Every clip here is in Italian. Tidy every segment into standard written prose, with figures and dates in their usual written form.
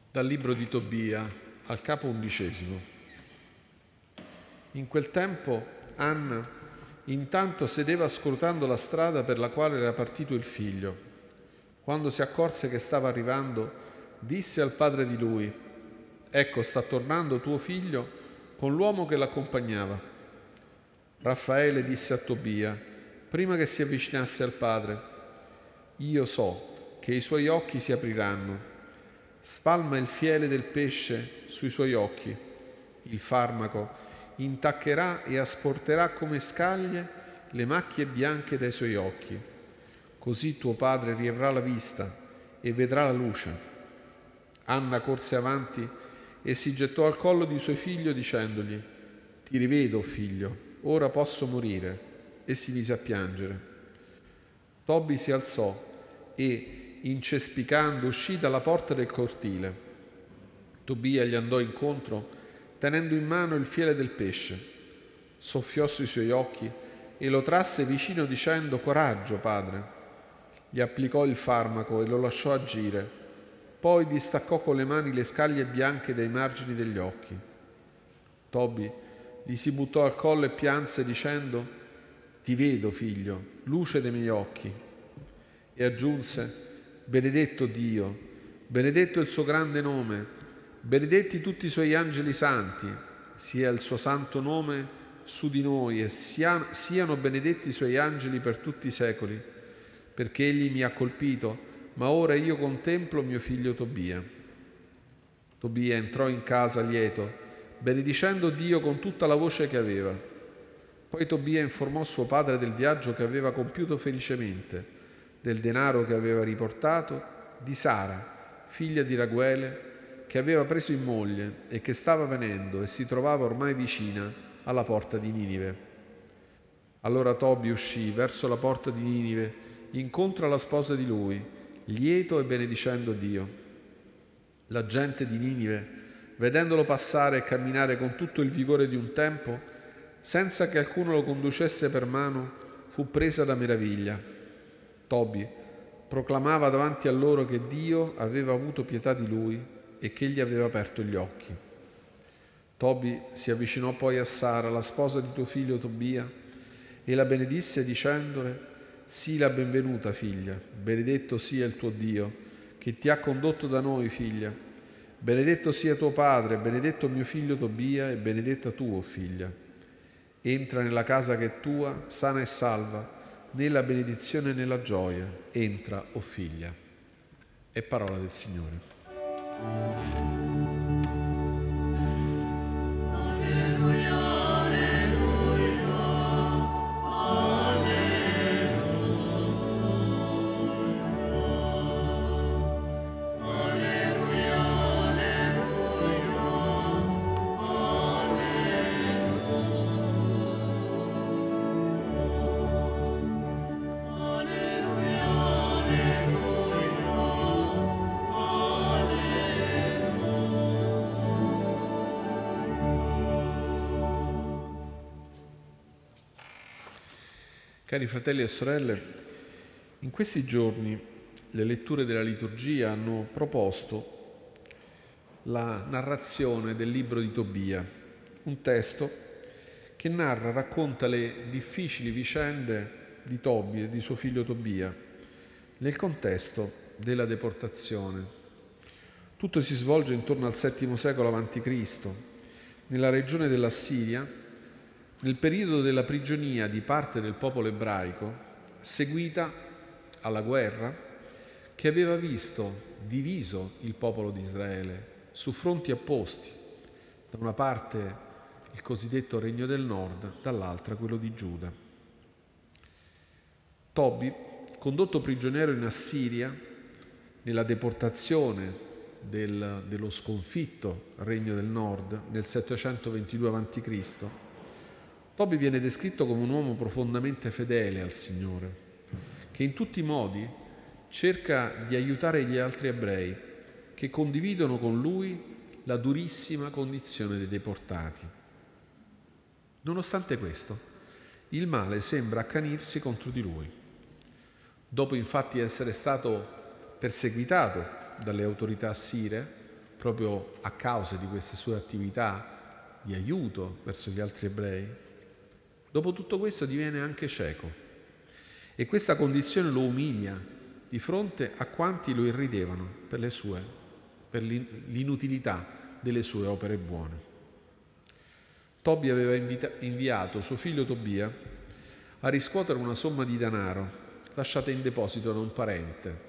Dal libro di Tobia, al capo 11. In quel tempo Anna intanto sedeva scrutando la strada per la quale era partito il figlio. Quando si accorse che stava arrivando, disse al padre di lui: «Ecco, sta tornando tuo figlio con l'uomo che l'accompagnava». Raffaele disse a Tobia, prima che si avvicinasse al padre: «Io so che i suoi occhi si apriranno. Spalma il fiele del pesce sui suoi occhi. Il farmaco intaccherà e asporterà come scaglie le macchie bianche dai suoi occhi. Così tuo padre riavrà la vista e vedrà la luce». Anna corse avanti e si gettò al collo di suo figlio dicendogli: «Ti rivedo, figlio, ora posso morire», e si mise a piangere. Tobi si alzò e, incespicando, uscì dalla porta del cortile. Tobia gli andò incontro tenendo in mano il fiele del pesce. Soffiò sui suoi occhi e lo trasse vicino dicendo: «Coraggio, padre». Gli applicò il farmaco e lo lasciò agire. Poi distaccò con le mani le scaglie bianche dai margini degli occhi. Tobi gli si buttò al collo e pianse dicendo: «Ti vedo, figlio, luce dei miei occhi». E aggiunse: «Benedetto Dio, benedetto il suo grande nome, benedetti tutti i suoi angeli santi, sia il suo santo nome su di noi e siano benedetti i suoi angeli per tutti i secoli, perché egli mi ha colpito, ma ora io contemplo mio figlio Tobia». Tobia entrò in casa lieto, benedicendo Dio con tutta la voce che aveva. Poi Tobia informò suo padre del viaggio che aveva compiuto felicemente, del denaro che aveva riportato, di Sara, figlia di Raguele, che aveva preso in moglie e che stava venendo e si trovava ormai vicina alla porta di Ninive. Allora Tobi uscì verso la porta di Ninive, incontro alla sposa di lui, lieto e benedicendo Dio. La gente di Ninive, vedendolo passare e camminare con tutto il vigore di un tempo, senza che alcuno lo conducesse per mano, fu presa da meraviglia. Tobi proclamava davanti a loro che Dio aveva avuto pietà di lui e che gli aveva aperto gli occhi. Tobi si avvicinò poi a Sara, la sposa di tuo figlio Tobia, e la benedisse dicendole: «Sii la benvenuta, figlia, benedetto sia il tuo Dio, che ti ha condotto da noi, figlia. Benedetto sia tuo padre, benedetto mio figlio Tobia e benedetta tu, o figlia. Entra nella casa che è tua, sana e salva, nella benedizione e nella gioia. Entra, o figlia». È parola del Signore. Cari fratelli e sorelle, in questi giorni le letture della liturgia hanno proposto la narrazione del libro di Tobia, un testo che racconta le difficili vicende di Tobi e di suo figlio Tobia nel contesto della deportazione. Tutto si svolge intorno al VII secolo a.C., nella regione della Siria, nel periodo della prigionia di parte del popolo ebraico, seguita alla guerra che aveva visto diviso il popolo di Israele su fronti opposti, da una parte il cosiddetto Regno del Nord, dall'altra quello di Giuda. Tobi, condotto prigioniero in Assiria, nella deportazione dello sconfitto Regno del Nord nel 722 a.C., Tobi viene descritto come un uomo profondamente fedele al Signore, che in tutti i modi cerca di aiutare gli altri ebrei che condividono con lui la durissima condizione dei deportati. Nonostante questo, il male sembra accanirsi contro di lui. Dopo infatti essere stato perseguitato dalle autorità assire, proprio a causa di queste sue attività di aiuto verso gli altri ebrei, dopo tutto questo diviene anche cieco e questa condizione lo umilia di fronte a quanti lo irridevano per l'inutilità delle sue opere buone. Tobia aveva inviato suo figlio Tobia a riscuotere una somma di denaro lasciata in deposito da un parente.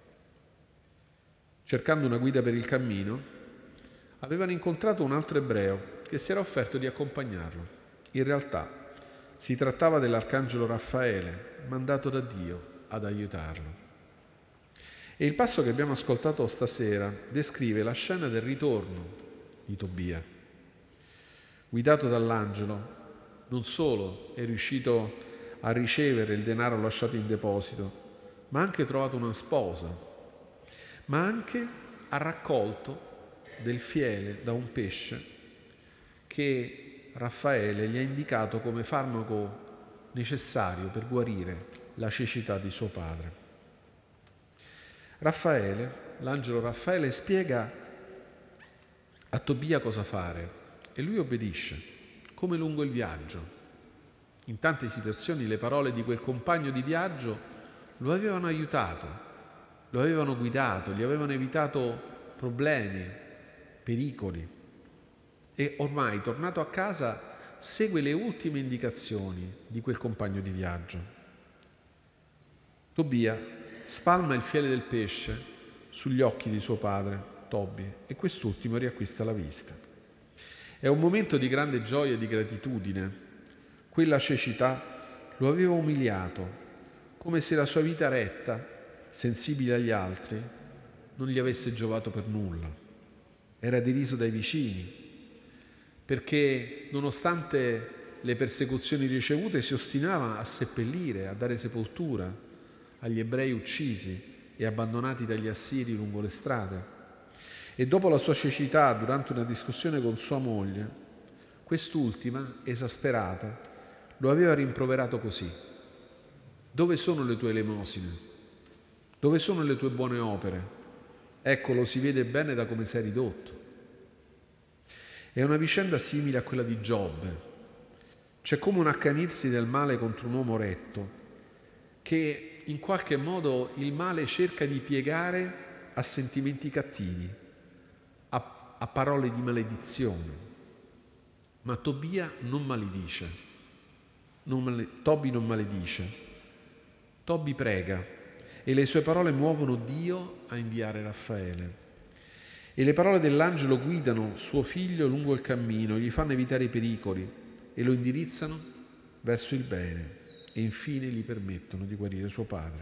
Cercando una guida per il cammino, avevano incontrato un altro ebreo che si era offerto di accompagnarlo. In realtà si trattava dell'arcangelo Raffaele, mandato da Dio ad aiutarlo. E il passo che abbiamo ascoltato stasera descrive la scena del ritorno di Tobia. Guidato dall'angelo, non solo è riuscito a ricevere il denaro lasciato in deposito, ma ha anche trovato una sposa, ma anche ha raccolto del fiele da un pesce che Raffaele gli ha indicato come farmaco necessario per guarire la cecità di suo padre. L'angelo Raffaele spiega a Tobia cosa fare e lui obbedisce, come lungo il viaggio. In tante situazioni le parole di quel compagno di viaggio lo avevano aiutato, lo avevano guidato, gli avevano evitato problemi, pericoli. E ormai, tornato a casa, segue le ultime indicazioni di quel compagno di viaggio. Tobia spalma il fiele del pesce sugli occhi di suo padre, Tobi, e quest'ultimo riacquista la vista. È un momento di grande gioia e di gratitudine. Quella cecità lo aveva umiliato, come se la sua vita retta, sensibile agli altri, non gli avesse giovato per nulla. Era deriso dai vicini, perché nonostante le persecuzioni ricevute si ostinava a seppellire, a dare sepoltura agli ebrei uccisi e abbandonati dagli assiri lungo le strade. E dopo la sua cecità, durante una discussione con sua moglie, quest'ultima, esasperata, lo aveva rimproverato così: dove sono le tue elemosine? Dove sono le tue buone opere? Ecco, lo si vede bene da come sei ridotto. È una vicenda simile a quella di Giobbe. C'è come un accanirsi del male contro un uomo retto, che in qualche modo il male cerca di piegare a sentimenti cattivi, a parole di maledizione. Ma Tobia non maledice. Tobi non maledice. Tobi prega e le sue parole muovono Dio a inviare Raffaele. E le parole dell'angelo guidano suo figlio lungo il cammino, gli fanno evitare i pericoli e lo indirizzano verso il bene e infine gli permettono di guarire suo padre.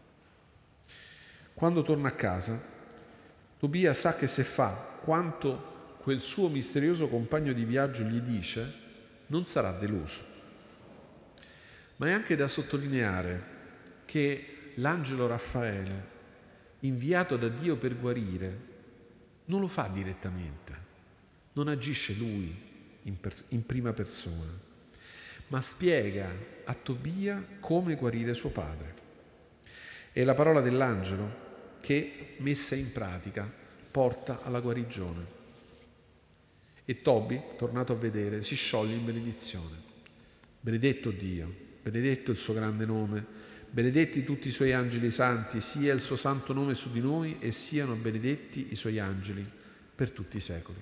Quando torna a casa, Tobia sa che se fa quanto quel suo misterioso compagno di viaggio gli dice, non sarà deluso. Ma è anche da sottolineare che l'angelo Raffaele, inviato da Dio per guarire, non lo fa direttamente, non agisce lui in prima persona, ma spiega a Tobia come guarire suo padre. È la parola dell'angelo che, messa in pratica, porta alla guarigione. E Tobi, tornato a vedere, si scioglie in benedizione. Benedetto Dio, benedetto il suo grande nome, benedetti tutti i suoi angeli santi, sia il suo santo nome su di noi e siano benedetti i suoi angeli per tutti i secoli.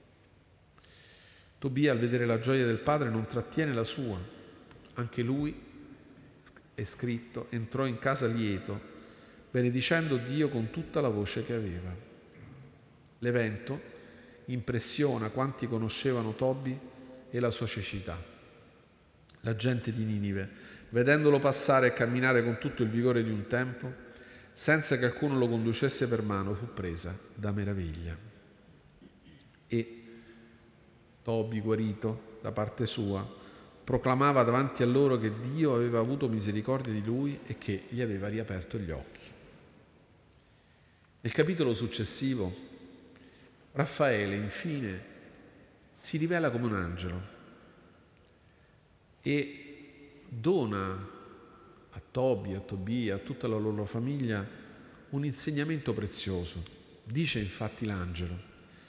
Tobia, al vedere la gioia del padre, non trattiene la sua. Anche lui, è scritto, entrò in casa lieto, benedicendo Dio con tutta la voce che aveva. L'evento impressiona quanti conoscevano Tobi e la sua cecità. La gente di Ninive, vedendolo passare e camminare con tutto il vigore di un tempo, senza che alcuno lo conducesse per mano, fu presa da meraviglia. E Tobi, guarito da parte sua, proclamava davanti a loro che Dio aveva avuto misericordia di lui e che gli aveva riaperto gli occhi. Nel capitolo successivo, Raffaele, infine, si rivela come un angelo e dona a Tobi, a Tobia, a tutta la loro famiglia un insegnamento prezioso. Dice infatti l'angelo: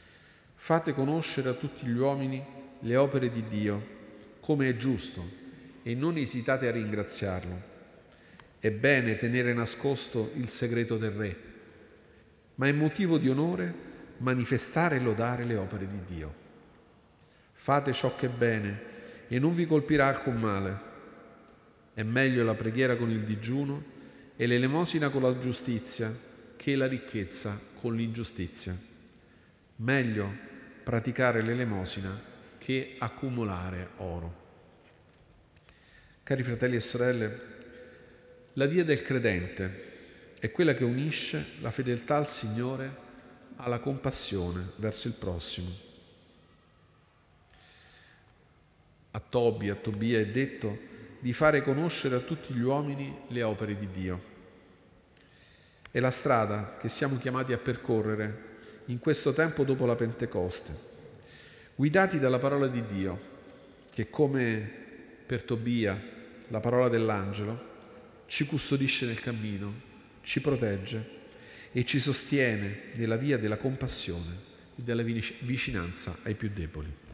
Fate conoscere a tutti gli uomini le opere di Dio, come è giusto, e non esitate a ringraziarlo. È bene tenere nascosto il segreto del Re, ma è motivo di onore manifestare e lodare le opere di Dio. Fate ciò che è bene e non vi colpirà alcun male. È meglio la preghiera con il digiuno e l'elemosina con la giustizia che la ricchezza con l'ingiustizia. Meglio praticare l'elemosina che accumulare oro. Cari fratelli e sorelle, la via del credente è quella che unisce la fedeltà al Signore alla compassione verso il prossimo. A Tobia è detto di fare conoscere a tutti gli uomini le opere di Dio. È la strada che siamo chiamati a percorrere in questo tempo dopo la Pentecoste, guidati dalla parola di Dio, che come per Tobia, la parola dell'angelo, ci custodisce nel cammino, ci protegge e ci sostiene nella via della compassione e della vicinanza ai più deboli.